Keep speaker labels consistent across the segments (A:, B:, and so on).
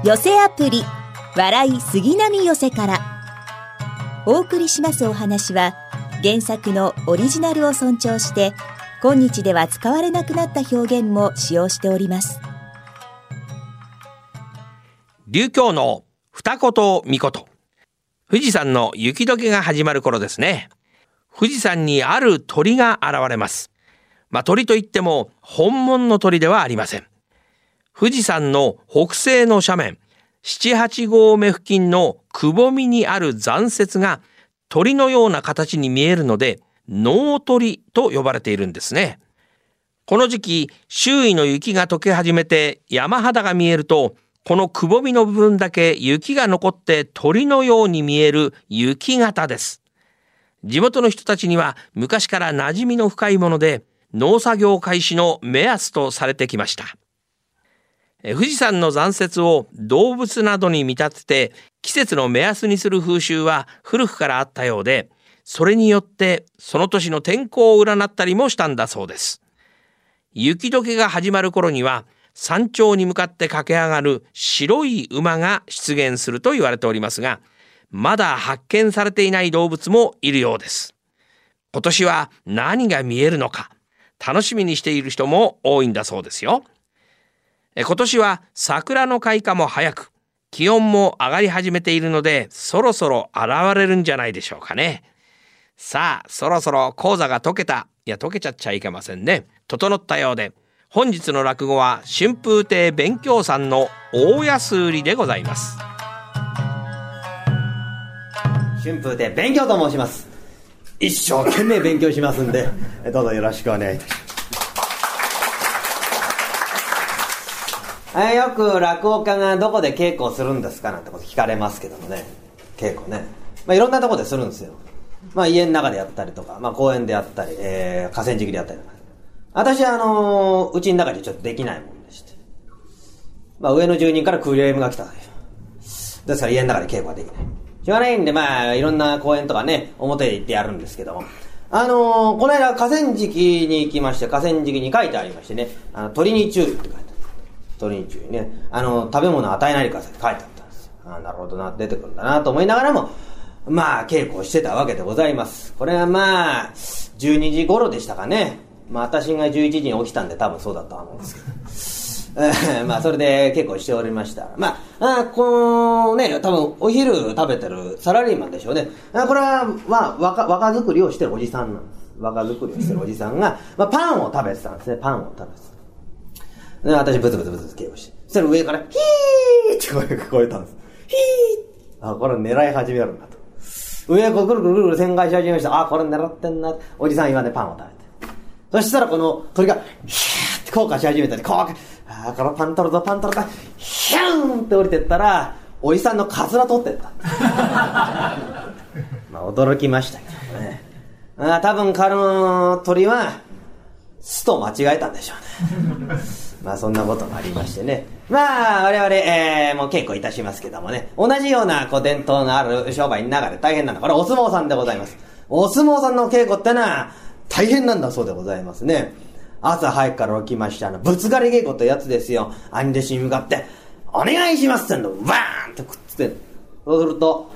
A: 寄せアプリ笑い杉並寄せからお送りしますお話は、原作のオリジナルを尊重して今日では使われなくなった表現も使用しております。
B: 琉教の二言三言。富士山の雪解けが始まる頃ですね。富士山にある鳥が現れます。鳥といっても本物の鳥ではありません。富士山の北西の斜面7、8合目付近のくぼみにある残雪が鳥のような形に見えるので、農鳥と呼ばれているんですね。この時期、周囲の雪が溶け始めて山肌が見えると、このくぼみの部分だけ雪が残って鳥のように見える雪型です。地元の人たちには昔から馴染みの深いもので、農作業開始の目安とされてきました。富士山の残雪を動物などに見立てて季節の目安にする風習は古くからあったようで、それによってその年の天候を占ったりもしたんだそうです。雪解けが始まる頃には山頂に向かって駆け上がる白い馬が出現すると言われておりますが、まだ発見されていない動物もいるようです。今年は何が見えるのか楽しみにしている人も多いんだそうですよ。今年は桜の開花も早く、気温も上がり始めているので、そろそろ現れるんじゃないでしょうかね。さあ、そろそろ講座が解けちゃっちゃいけませんね。整ったようで、本日の落語は春風亭勉強さんの大安売りでございます。
C: 春風亭勉強と申します。一生懸命勉強しますんで、どうぞよろしくお願いいたします。よく落語家がどこで稽古をするんですかなんてこと聞かれますけどもね、稽古ね、いろんなとこでするんですよ。家の中でやったりとか、公園でやったり、河川敷でやったりとか。私はうちの中でちょっとできないもんでして、上の住人からクレームが来たですから家の中で稽古はできない。しょうがないんで、いろんな公園とかね、表で行ってやるんですけども、この間河川敷に行きまして、河川敷に書いてありましてね、鳥に注意って書いてある。鳥に注意ね、食べ物を与えないでくださいって書いてあったんですよ。なるほどな、出てくるんだなと思いながらも、稽古をしてたわけでございます。これは12時頃でしたかね。私が11時に起きたんで多分そうだとは思うんですけどそれで稽古しておりました。このね、多分お昼食べてるサラリーマンでしょうね。これは若作りをしてるおじさんなんです。若作りをしてるおじさんが、パンを食べてたんですね。パンを食べてた。私ブツブツブツ稽古して、そしたら上からヒーって声が聞こえたんです。ヒー、これ狙い始めるんだと。上をぐるぐるぐるぐる旋回し始めました。これ狙ってんな。おじさん言わねパンを食べて、そしたらこの鳥がヒューって降下し始めたり、このパン取るぞパン取るぞ、ヒューンって降りてったらおじさんのカツラ取ってった驚きましたけどね。多分彼の鳥は巣と間違えたんでしょうねそんなことがありましてね、我々、もう稽古いたしますけどもね、同じような伝統のある商売の中で大変なのはこれお相撲さんでございます。お相撲さんの稽古ってのは大変なんだそうでございますね。朝早くから起きまして、ぶつかり稽古ってやつですよ。兄弟子に向かってお願いしますってんのバーンってくっつける。そうすると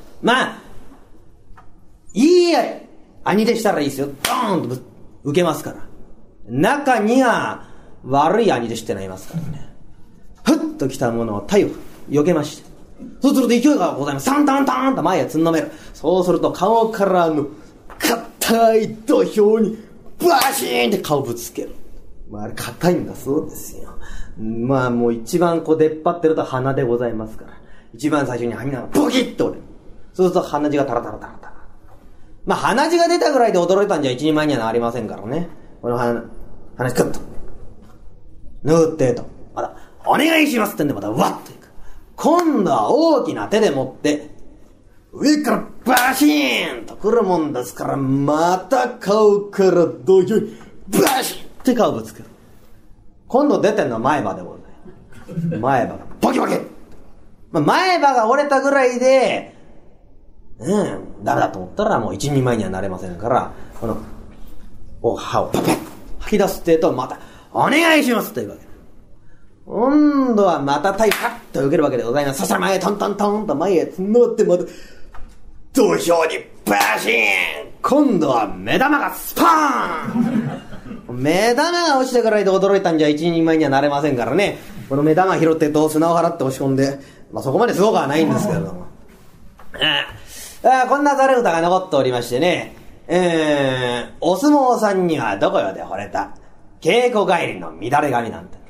C: いいや兄弟子したらいいですよ、ドーンと受けますから。中には悪い兄弟子ってのがいますからね、ふっと来たものを体を避けまして、そうすると勢いがございます。タンタンタンと前へつんのめる。そうすると顔から硬い土俵にバシーンって顔ぶつける。あれ硬いんだそうですよ。もう一番出っ張ってると鼻でございますから、一番最初に鼻がボキッと折れる。そうすると鼻血がタラタラタラタラ。鼻血が出たぐらいで驚いたんじゃ一人前にはなりませんからね。この鼻血クッと縫ってと、またお願いしますってんでまたワッといく。今度は大きな手で持って上からバシーンと来るもんですから、また顔から土俵にバシーンって顔ぶつける。今度出てんのは前歯でございます。前歯がボキボキ、前歯が折れたぐらいでダメだと思ったらもう一人前にはなれませんから、この歯をパパッ吐き出すってとまたお願いしますというわけ。 今度はまた体パッと受けるわけでございます。そしたら前へトントントンと前へつんのってまた土俵にバシーン。今度は目玉がスパーン目玉が落ちてからで驚いたんじゃ一人前にはなれませんからね。この目玉拾って砂を払って押し込んで、そこまですごくはないんですけれども、こんなざれ歌が残っておりましてね、お相撲さんにはどこよで惚れた稽古帰りの乱れ髪なんて、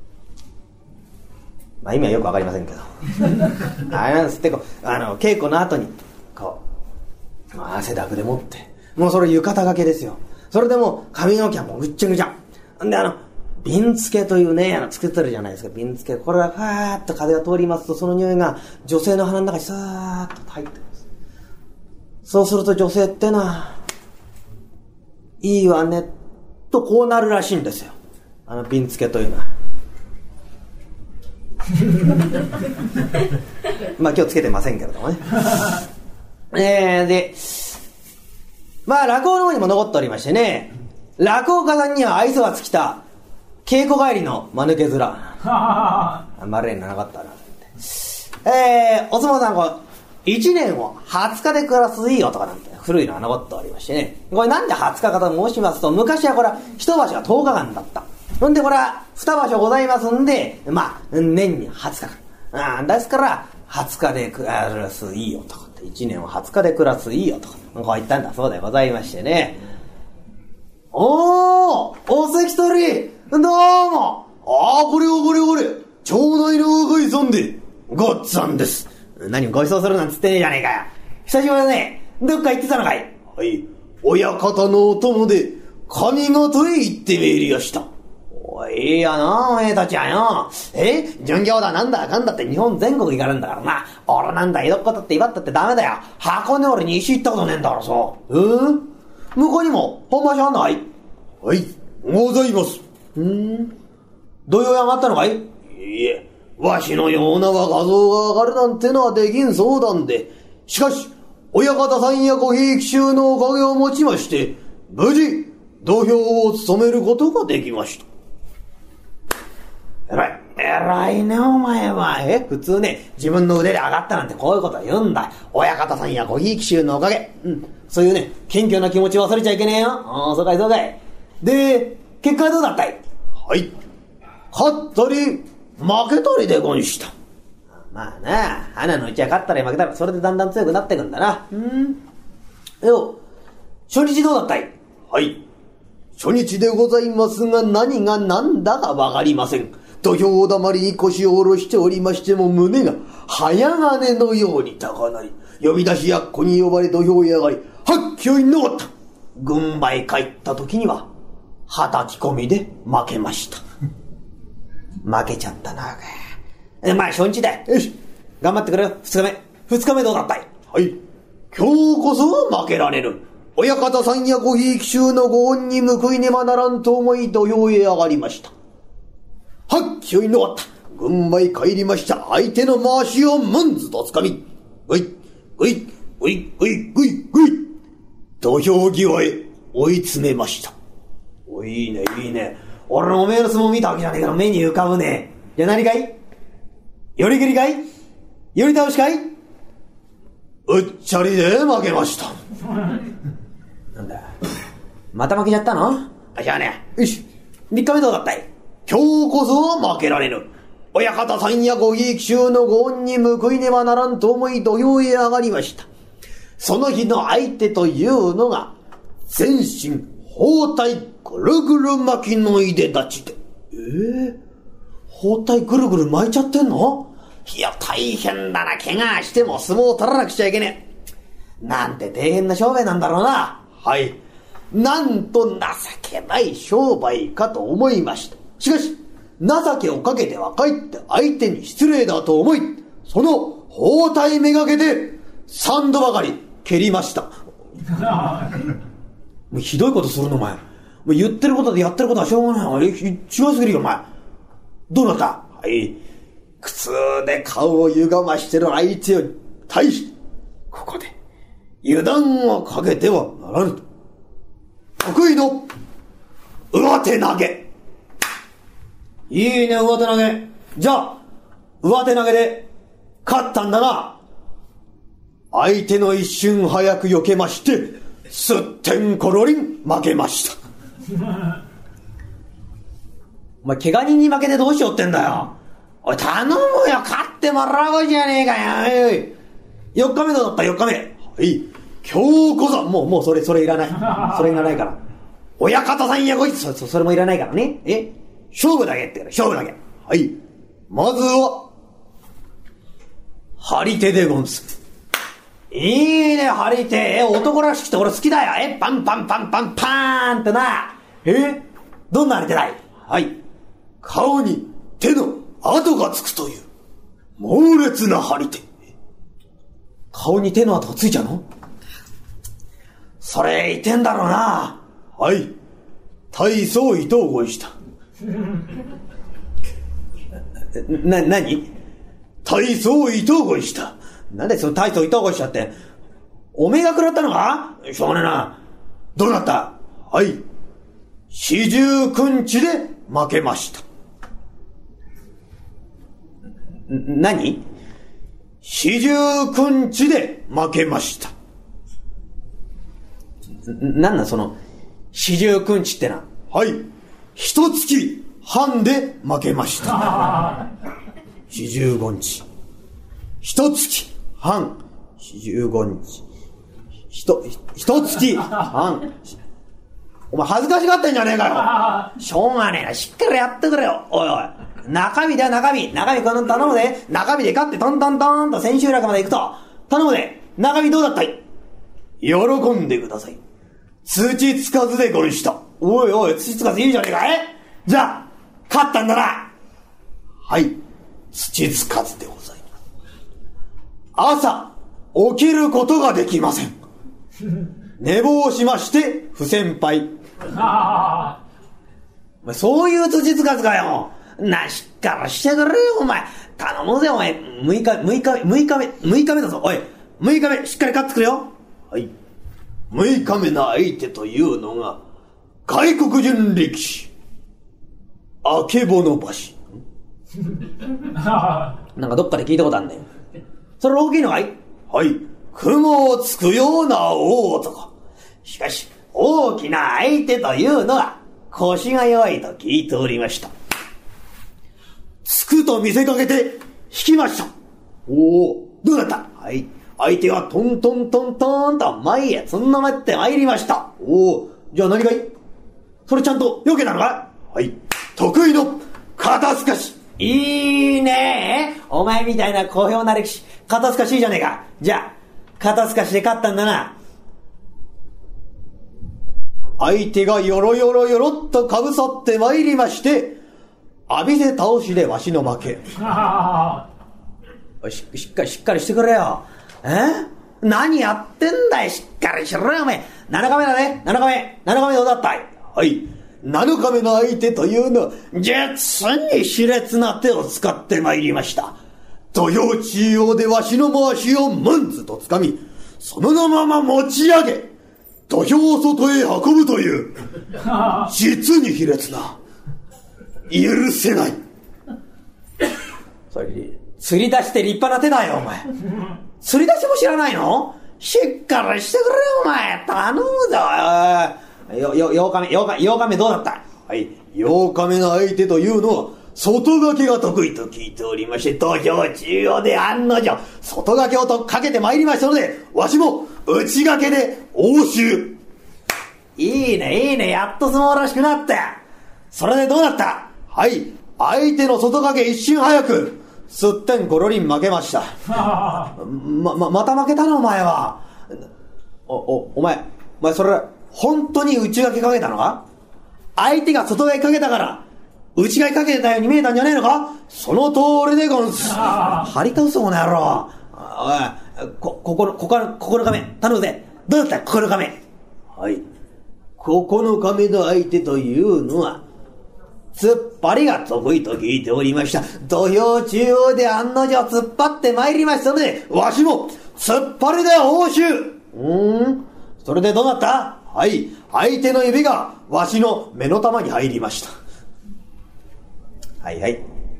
C: 意味はよくわかりませんけどあれなんですって、稽古の後に汗だくでもってもうそれ浴衣掛けですよ。それでもう髪の毛はもうぐっちゃぐちゃんで、瓶付けというね、作ってるじゃないですか、瓶付け。これがファーッと風が通りますと、その匂いが女性の鼻の中にさーっと入ってます。そうすると女性ってのは、いいわね、とこうなるらしいんですよ。瓶付けというのは。今日つけてませんけれどもね。で、落語の方にも残っておりましてね、落語家さんには愛想が尽きた稽古帰りの間抜け面。あんまりなかったなって。お相撲さん、1年を20日で暮らすいい男なんて古いのが残っておりましてね。これなんで20日かと申しますと、昔はこれは1場所が10日間だった。ほんでこれは2場所ございますんで、年に20日間。ですから、20日で暮らすいい男って、1年を20日で暮らすいい男。こう言ったんだそうでございましてね。お関取どうも。これ。町内の若いさんで、ごっつぁんです。何もご馳走するなんつってねえじゃねえかよ。久しぶりだね。どっか行ってたのかい？はい。親方のお供で、上方へ行ってめえりやした。いいよな、おめえたちはよ。巡業だなんだかんだって日本全国行かれるんだからな。俺なんだ江戸っ子だって威張ったってダメだよ。箱根俺に石行ったことねえんだからさ。向こうにも本場所あんのかい？はい、ございます。土曜屋があったのかい？いいえ、わしのような若造が上がるなんてのはできん相談で、しかし親方さんやごひいき衆のおかげをもちまして無事土俵を務めることができました。偉いねお前は。普通ね、自分の腕で上がったなんてこういうことは言うんだ。親方さんやごひいき衆のおかげ、そういうね、謙虚な気持ちを忘れちゃいけねえよ。そうかい。で、結果はどうだったい？はい、勝ったり負けたりでごんした。花のうちは勝ったり負けたらそれでだんだん強くなってくんだな。初日どうだったい？はい、初日でございますが、何が何だかわかりません。土俵だまりに腰を下ろしておりましても、胸が早金のように高鳴り、呼び出しやっこに呼ばれ土俵へ上がり、はっきょいのった軍馬へ帰った時には叩き込みで負けました。負けちゃったな。初日だよし、頑張ってくれよ。2日目どうだったい？はい、今日こそは負けられる。親方さんやごひいき衆のご恩に報いねばならんと思い土俵へ上がりました。はっきょいのあった。軍馬へ帰りました。相手の回しをムンズとつかみ、ぐい土俵際へ追い詰めました。いいね。俺のおめえの相撲見たわけじゃねえから目に浮かぶね。じゃあ何かい？寄り切りかい？寄り倒しかい？うっちゃりで負けました。なんだ、また負けちゃったの？じゃあね、よし、3日目どうだったい？今日こそは負けられぬ。親方さんやごひいき衆のご恩に報いねばならんと思い土俵へ上がりました。その日の相手というのが、全身包帯ぐるぐる巻きのいで立ちで。包帯ぐるぐる巻いちゃってんの？いや、大変だな。怪我しても相撲を取らなくちゃいけねえ。なんて大変な商売なんだろうな。はい。なんと情けない商売かと思いました。しかし、情けをかけてはかえって相手に失礼だと思い、その包帯めがけて3度ばかり蹴りました。もうひどいことするのお前。もう言ってることでやってることはしょうがない。違いすぎるよお前。どうなった？はい。苦痛で顔を歪ましてる相手を対し、ここで油断をかけてはならぬと。得意の上手投げ。いいね、上手投げ。
D: じゃあ、上手投げで勝ったんだな。相手の一瞬早く避けまして、すってんころりん負けました。お前、怪我人に負けてどうしようってんだよ。おい、頼むよ、勝ってもらおうじゃねえかよ。4日目どうだった、4日目。はい。今日こそ、もうそれいらない。それいらないから。親方さんやこいつ、それもいらないからね。勝負だけってから、勝負だけ。はい。まずは、張り手でごんす。いいね、張り手。男らしくて俺好きだよ。パンパンパンパンパーンってな。どんな張り手だい？はい。顔に手の跡がつくという、猛烈な張り手。顔に手の跡がついちゃうの？それ言ってんだろうな。はい。大層糸をごいした。何？大層糸をごいした。なんでその大層糸をごいしたって。おめえが食らったのか？しょうがねえな。どうなった？はい。四十九日で負けました。何？四十九日で負けました。なんなんその四十九日ってな。はい。一月半で負けました。四十五日。一月半。四十五日。一月半。お前恥ずかしがってんじゃねえかよ。しょうがねえな。しっかりやってくれよ。おいおい。中身だよ、中身。中身この頼むで。中身で勝ってトントントンと千秋楽まで行くと。頼むで。中身どうだったい？喜んでください。土つかずでごんした。おいおい、土つかずいいじゃねえか。じゃあ、勝ったんだな。はい。土つかずでございます。朝、起きることができません。寝坊しまして、不先輩。そういう土つかずかよ。しっかりしてくれよ、お前。頼むぜ、お前。6日目だぞ。おい、6日目、しっかり勝ってくれよ。はい。6日目の相手というのが、外国人力士、あけぼの橋。なんかどっかで聞いたことあんねん。それ大きいのかい？はい。雲をつくような大男。しかし、大きな相手というのは、腰が弱いと聞いておりました。つくと見せかけて、引きました。おお、どうだった？はい。相手はトントントントンと前へつんのめって参りました。おお、じゃあ何がいい？それちゃんと避けたのか？はい。得意の肩透かし。いいねえ。お前みたいな好評な歴史、肩透かしいじゃねえか。じゃあ、肩透かしで勝ったんだな。相手がよろよろよろっとかぶさって参りまして、浴びせ倒しでわしの負け。しっかりしてくれよ。何やってんだい。しっかりしろよ、お前。7日目だね。7日目どうだったい？はい。7日目の相手というのは、実に熾烈な手を使って参りました。土俵中央でわしの回しをムンズと掴み、そのまま持ち上げ、土俵外へ運ぶという、実に卑劣な、許せない。それに、釣り出して立派な手だよ、お前。釣り出しも知らないの？しっかりしてくれよ、お前。頼むぞ。8日目どうだった？はい。8日目の相手というのは、外掛けが得意と聞いておりまして、土俵中央で案の定、外掛けをかけて参りましたので、わしも内掛けで応酬。いいね、やっと相撲らしくなった。それでどうだった？はい。相手の外掛け一瞬早く、すってんころりん負けました。また負けたな、お前は。お前それ、本当に内掛けかけたのか？相手が外掛けかけたから、内掛けかけてたように見えたんじゃねえのか？その通りでゴンス。張り倒す、この野郎。おい、9日目、頼むぜ。どうだった？ 9日目。はい。9日目の相手というのは、突っ張りが得意と聞いておりました。土俵中央で案の定突っ張って参りましたので、わしも突っ張りで応酬。それでどうなった？はい。相手の指がわしの目の玉に入りました。はい。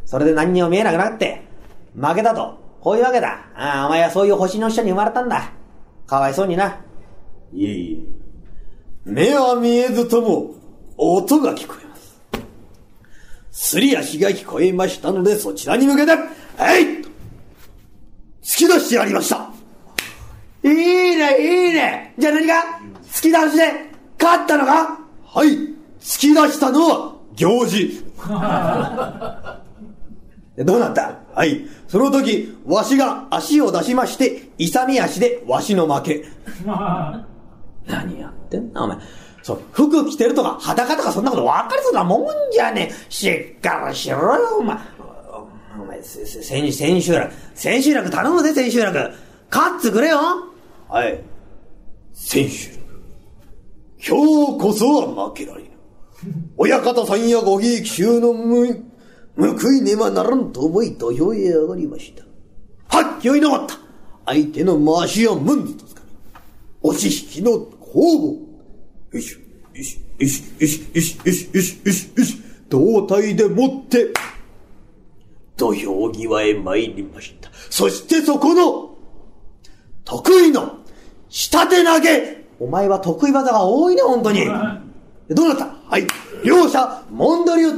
C: それで何にも見えなくなって、負けたと。こういうわけだ。お前はそういう星の下に生まれたんだ。かわいそうにな。
D: いえいえ。目は見えずとも、音が聞こえます。すり足が聞こえましたので、そちらに向けて、突き出してやりました。いいね、いいね。じゃあ何か突き出しで勝ったのか？はい。突き出したのは行司。どうなった？はい。その時、わしが足を出しまして、勇み足でわしの負け。何やってんな、お前。そう、服着てるとか、裸とかそんなこと分かりそうなもんじゃねえ。しっかりしろよ、お前。お前、千秋楽。千秋楽頼むぜ、千秋楽。勝ってくれよ。はい。千秋楽。今日こそは負けられぬ。親方さんやごひいき衆の報いねばならんと思い土俵へ上がりました。はっきよいなかった。相手の回しをムンズとつかみ、押し引きの攻防。よしよしよしよしよしよしよしよしよし。胴体でもって土俵際へ参りました。そしてそこの得意の下手投げ。お前は得意技が多いね、本当に。どうなった？はい。両者、もんどり打って、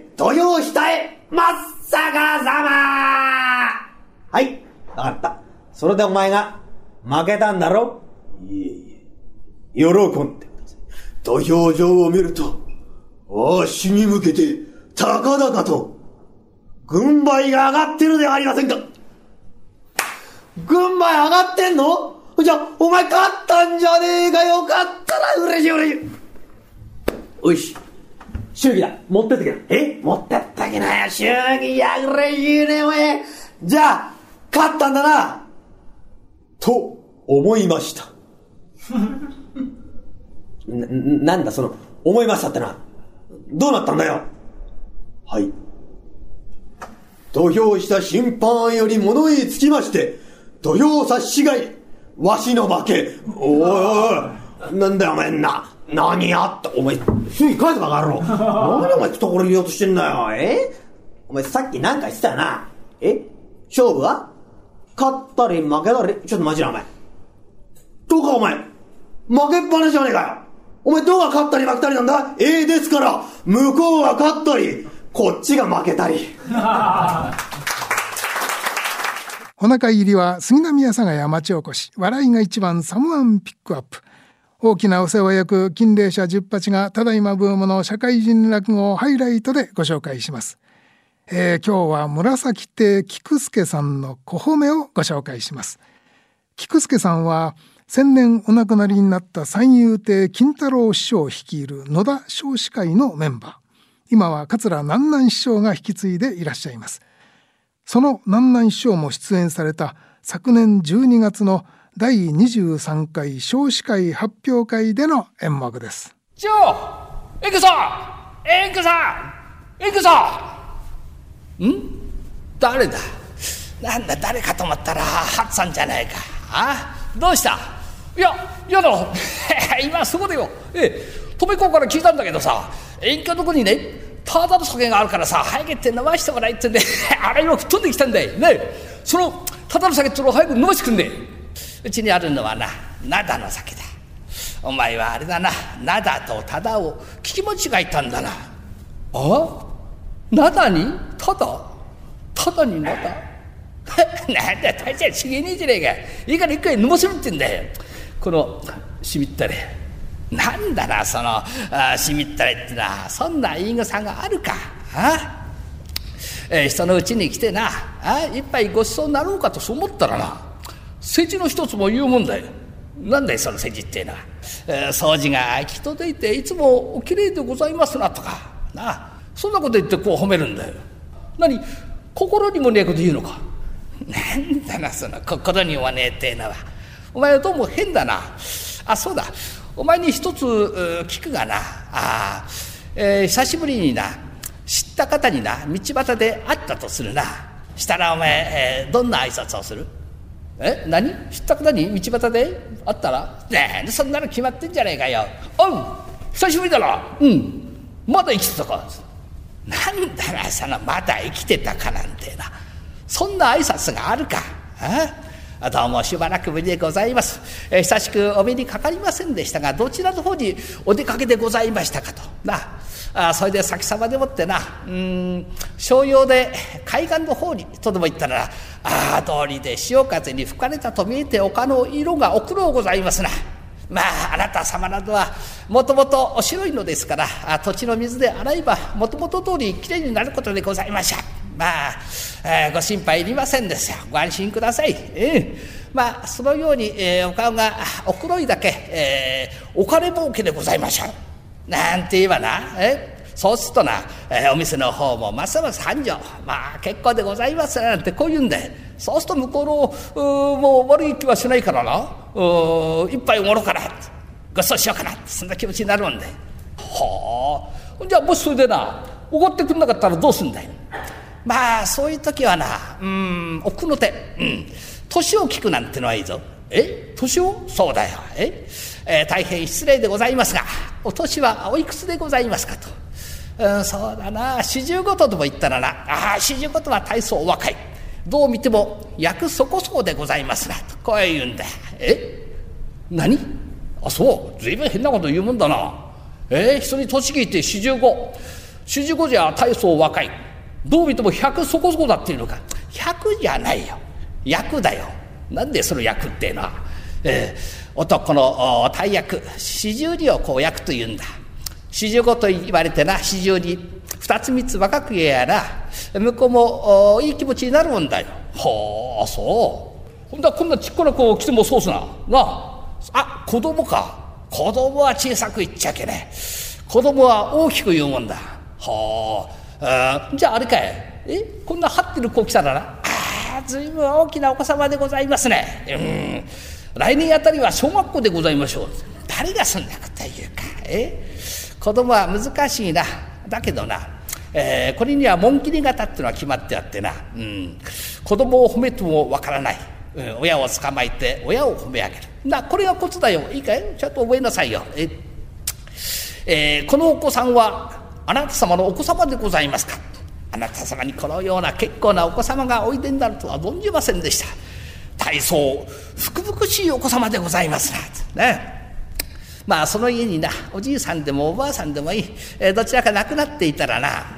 D: 土俵下へ、真っ逆さま。はい。わかった。それでお前が、負けたんだろ？いえいえ。喜んでください。土俵上を見ると、わしに向けて、高々と、軍配が上がってるではありませんか。軍配上がってんの？じゃあ、お前勝ったんじゃねえか。よかったら嬉しい嬉しい。おいし。祝儀だ。持ってってけ。持ってってけなよ。祝儀や嬉しいね、お前。じゃあ、勝ったんだな。と、思いました。なんだ、その、思いましたってな。どうなったんだよ。はい。土俵した審判より物言いつきまして、土俵差し違い、わしの負け。おいおい、なんだよお前何やったお前、すぐ返せばかろう。何お前懐入れようとしてんだよ。お前さっきなんか言ってたよな。勝負は勝ったり負けたり。ちょっと待ちなお前。どうかお前、負けっぱなしじゃねえかよ。お前どうが勝ったり負けたりなんだ。ですから向こうが勝ったりこっちが負けたり。
E: お腹入りは杉並阿佐ヶ谷町おこし、笑いが一番サムワンピックアップ。大きなお世話役金霊社十八がただいまブームの社会人落語をハイライトでご紹介します。今日は紫亭菊助さんの小褒めをご紹介します。菊助さんは先年お亡くなりになった三遊亭金太郎師匠率いる野田少子会のメンバー。今は桂南南師匠が引き継いでいらっしゃいます。その南南師匠も出演された昨年12月の第23回少子会発表会での演目です。
F: エンクさん誰だ。なんだ誰かと思ったらハッツさんじゃないか。どうした。いやだ今そこでよ、飛び子から聞いたんだけどさ、遠居のとこにねただの酒があるからさ、早くって飲ましてもらえってんであれ今吹っ飛んできたんだよね。そのただの酒ってのを早く飲ましてくんで。うちにあるのは灘の酒だ。お前はあれだな、灘と忠を聞き間違えたんだな。灘に忠に灘なんだ大したちげえねえじゃねえか。いいから一回飲ませるってんだよ。このしみったれなんだな、そのしみったれってな、そんな言い草があるか。人のうちに来てな、一杯ごちそうになろうかとそう思ったらな、世辞の一つも言うもんだよ。なんだよその世辞っていうのは。掃除が行き届いていつもおきれいでございますなとかな、そんなこと言ってこう褒めるんだよ。何心にもねえこと言うのか。なんだなその心にもねえっていうのは。お前はどうも変だな。そうだ、お前に一つ聞くがな。久しぶりにな知った方にな道端で会ったとするな。したらお前、どんな挨拶をする。何知った方に道端で会ったら、そんなの決まってんじゃねえかよ。久しぶりだな。まだ生きてたか。 なんだがまだ生きてたかなんてな、そんな挨拶があるか。どうもしばらくぶりでございます。久しくお目にかかりませんでしたが、どちらの方にお出かけでございましたかとな。それで先様でもってな、商用で海岸の方にとでも言ったらな、通りで潮風に吹かれたと見えて丘の色がお黒うございますな。あなた様などはもともとお白いのですから、土地の水で洗えばもともと通りきれいになることでございましょう。ご心配いりませんですよ。ご安心ください。そのように、お顔がお黒いだけ、お金儲けでございましょう。なんて言えばな、そうするとな、お店の方もますます繁盛、結構でございますなんてこう言うんで、そうすると向こうのもう悪い気はしないからな、一杯おごろうかな、ごちそうしようかな、そんな気持ちになるんで。じゃあもしそれでなおごってくんなかったらどうすんだい。そういう時はな、奥の手、年を聞くなんてのはいいぞ。年を？そうだよ。大変失礼でございますが、お年はおいくつでございますかと。そうだな、45とでも言ったらな、45とは大層お若い。どう見ても役そこそこでございますなと、こう言うんだ。何？そう、ずいぶん変なこと言うもんだな。人に年聞いて45じゃ大層若い。どう見ても100そこそこだっていうのか。100じゃないよ、役だよ。なんでその役っていうのは、男の大役42をこう役というんだ。45と言われてな、42 2つ3つ若く言えやな、向こうもいい気持ちになるもんだよ。そう。ほんだらこんなちっこな子来てもそうすな。子供か。子供は小さく言っちゃけね。子供は大きく言うもんだ。じゃああれかい。こんな張ってる子来たらな、ずいぶん大きなお子様でございますね。来年あたりは小学校でございましょう。誰がそんなこと言うか。子供は難しいな。だけどな、これには紋切り型っていうのは決まってあってな、子供を褒めてもわからない、親を捕まえて親を褒め上げるこれがコツだよ。いいかい、ちょっと覚えなさいよ。このお子さんはあなた様のお子様でございますか。あなた様にこのような結構なお子様がおいでになるとは存じませんでした。大層福々しいお子様でございますね。その家にな、おじいさんでもおばあさんでもいい、どちらか亡くなっていたらな、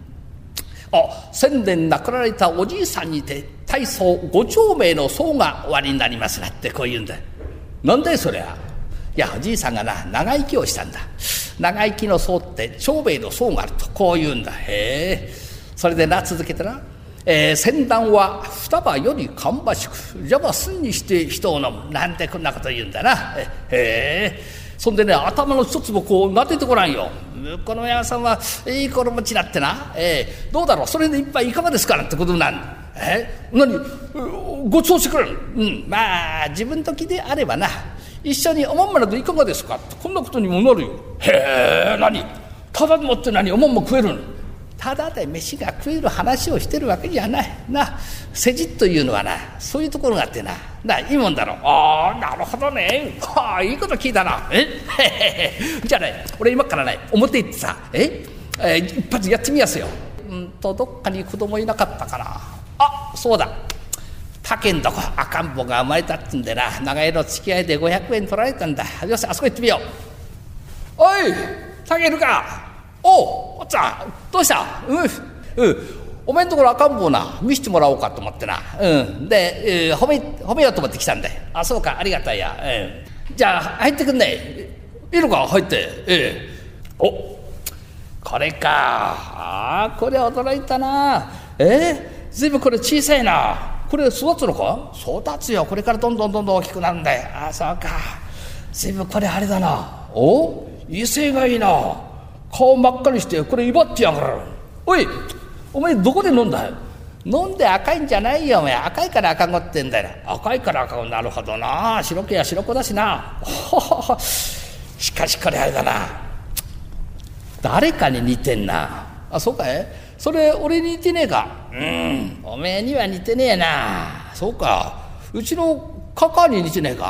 F: 先年亡くなられたおじいさんにて大層ご長命の葬が終わりになりますなってこう言うんだ。なんだよそりゃ。いや、おじいさんがな長生きをしたんだ。長生きの葬って長命の葬があるとこう言うんだ。それでな、続けてな、先旦は双葉より芳しくじゃばすんにして人を飲むなんてこんなこと言うんだな。そんでね、頭の一つもこう撫でてごらんよ。この親さんはいい心持ちになってな、どうだろう、それで一杯いかがですかなんてことになる。何ごちそうしてくれる。自分時であればな、一緒におまんまなどいかがですか、こんなことにもなるよ。何ただでもって何おまんま食えるの。ただで飯が食える話をしてるわけじゃないな。世辞というのはな、そういうところがあってないいもんだろう。なるほどね。いいこと聞いたな。じゃあね、俺今からね表行ってさ、一発やってみやすよ。どっかに子供いなかったかな。そうだ、他県どこ赤ん坊が生まれたってんでな、長屋の付き合いで500円取られたんだ。よし、あそこ行ってみよう。おい、他県いるか。おっちゃんどうした。おめんところ赤ん坊な見せてもらおうかと思ってな。で、褒めようと思って来たんだよ。そうか、ありがたいや。じゃあ入ってくんね。いいのか入って。これか。これ驚いたな。ずいぶんこれ小さいな。これ育つのか。育つよ、これからどんどん大きくなるんだよ。そうか、ずいぶんこれあれだな。威勢がいいな。顔真っ赤にしてこれ威張ってやがる。お前どこで飲んだよ。飲んで赤いんじゃないよ。お前赤いから赤子ってんだよ。赤いから赤子。なるほどな。白けや白子だしな。しかしこれあれだな、誰かに似てんな。そうかい。それ俺に似てねえか。おめえには似てねえな。そうか、うちのカカに似てねえか。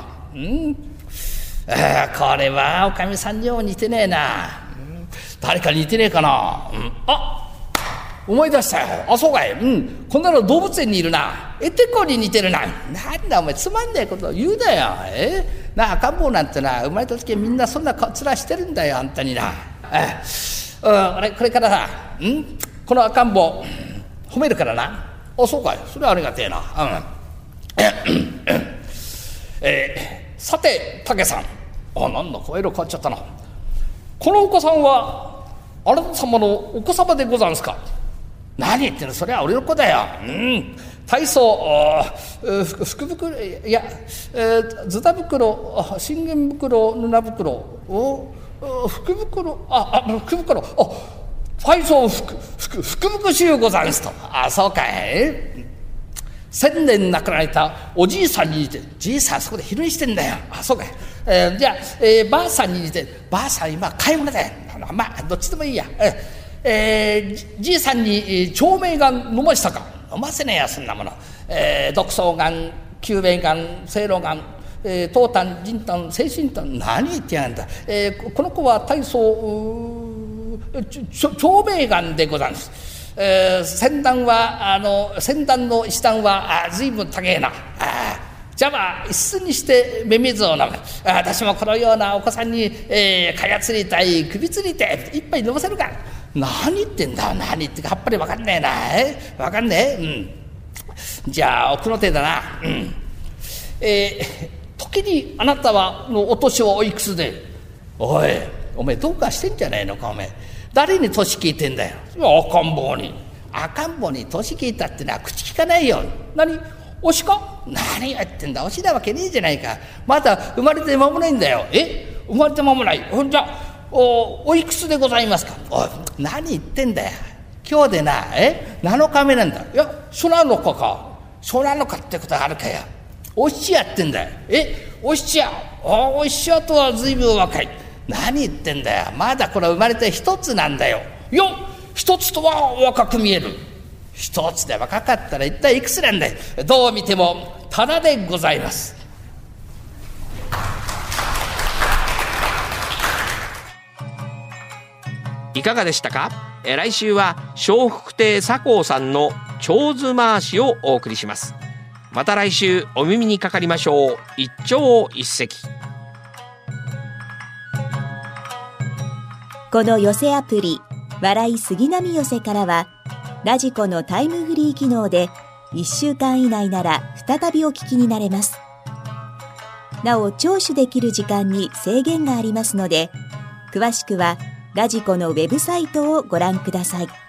F: これはおかみさんにも似てねえな。誰かに似てねえかな。 思い出したよ。あ、そうかい。こんなの動物園にいるな。エテコに似てるな。なんだお前、つまんないことを言うなよ。なあ、赤ん坊なんてな、生まれた時はみんなそんな面してるんだよ、あんたにな。俺これからさ、この赤ん坊褒めるからな。あ、そうかい。それはありがてえな。さて、竹さん。なんだ、声色変わっちゃったな。このお子さんはあなた様のお子様でござんすか。何言ってんの、それは俺の子だよ。体操、福袋、いや、ズタ袋、信玄袋、布袋、福袋、福袋、体操福袋集ござんすと。あ、そうかい。1000年亡くなられたおじいさんに似て、じいさんそこで昼寝してんだよ。あ、そうかい。じゃあ、ばあさんに似て、ばあさん今買い物だよ。まあどっちでもいいや。じいさんに長命がん飲ましたか。飲ませねえやそんなもの。毒草がん、救命がん、正露がん、頭炭、腎炭、精神炭、何言ってやんだ。この子は体操長命がんでござんす。先端の石段は随分高えな。じゃあ一寸にして目水を飲む。私もこのようなお子さんに、かやつりたい、首つりたい、一杯飲ませるか。何言ってんだ、何言ってか、やっぱり分かんねえな。分かんねえ。じゃあ奥の手だな。時にあなたのお年はおいくつで。お前どうかしてんじゃねえのか。お前誰に年聞いてんだよ。赤ん坊に年聞いたってのは口聞かないよ。何、推しか。何やってんだ、推しなわけねえじゃないか。まだ生まれて間もないんだよ。生まれて間もない。じゃあ おいくつでございますか。何言ってんだよ。今日でな7日目なんだ。いや初七日か。初七日ってことがあるかよ。お七夜ってんだよ。お七夜。お七夜とは随分若い。何言ってんだよ。まだこれ生まれて一つなんだよ。いや一つとは若く見える。一つで若かったら一体いくつなんだよ。どう見てもただでございます。
B: いかがでしたか。来週は笑福亭左近さんの長図回しをお送りします。また来週お耳にかかりましょう。一朝一夕。
A: この寄せアプリ笑い杉並寄せからはラジコのタイムフリー機能で1週間以内なら再びお聞きになれます。なお聴取できる時間に制限がありますので、詳しくはラジコのウェブサイトをご覧ください。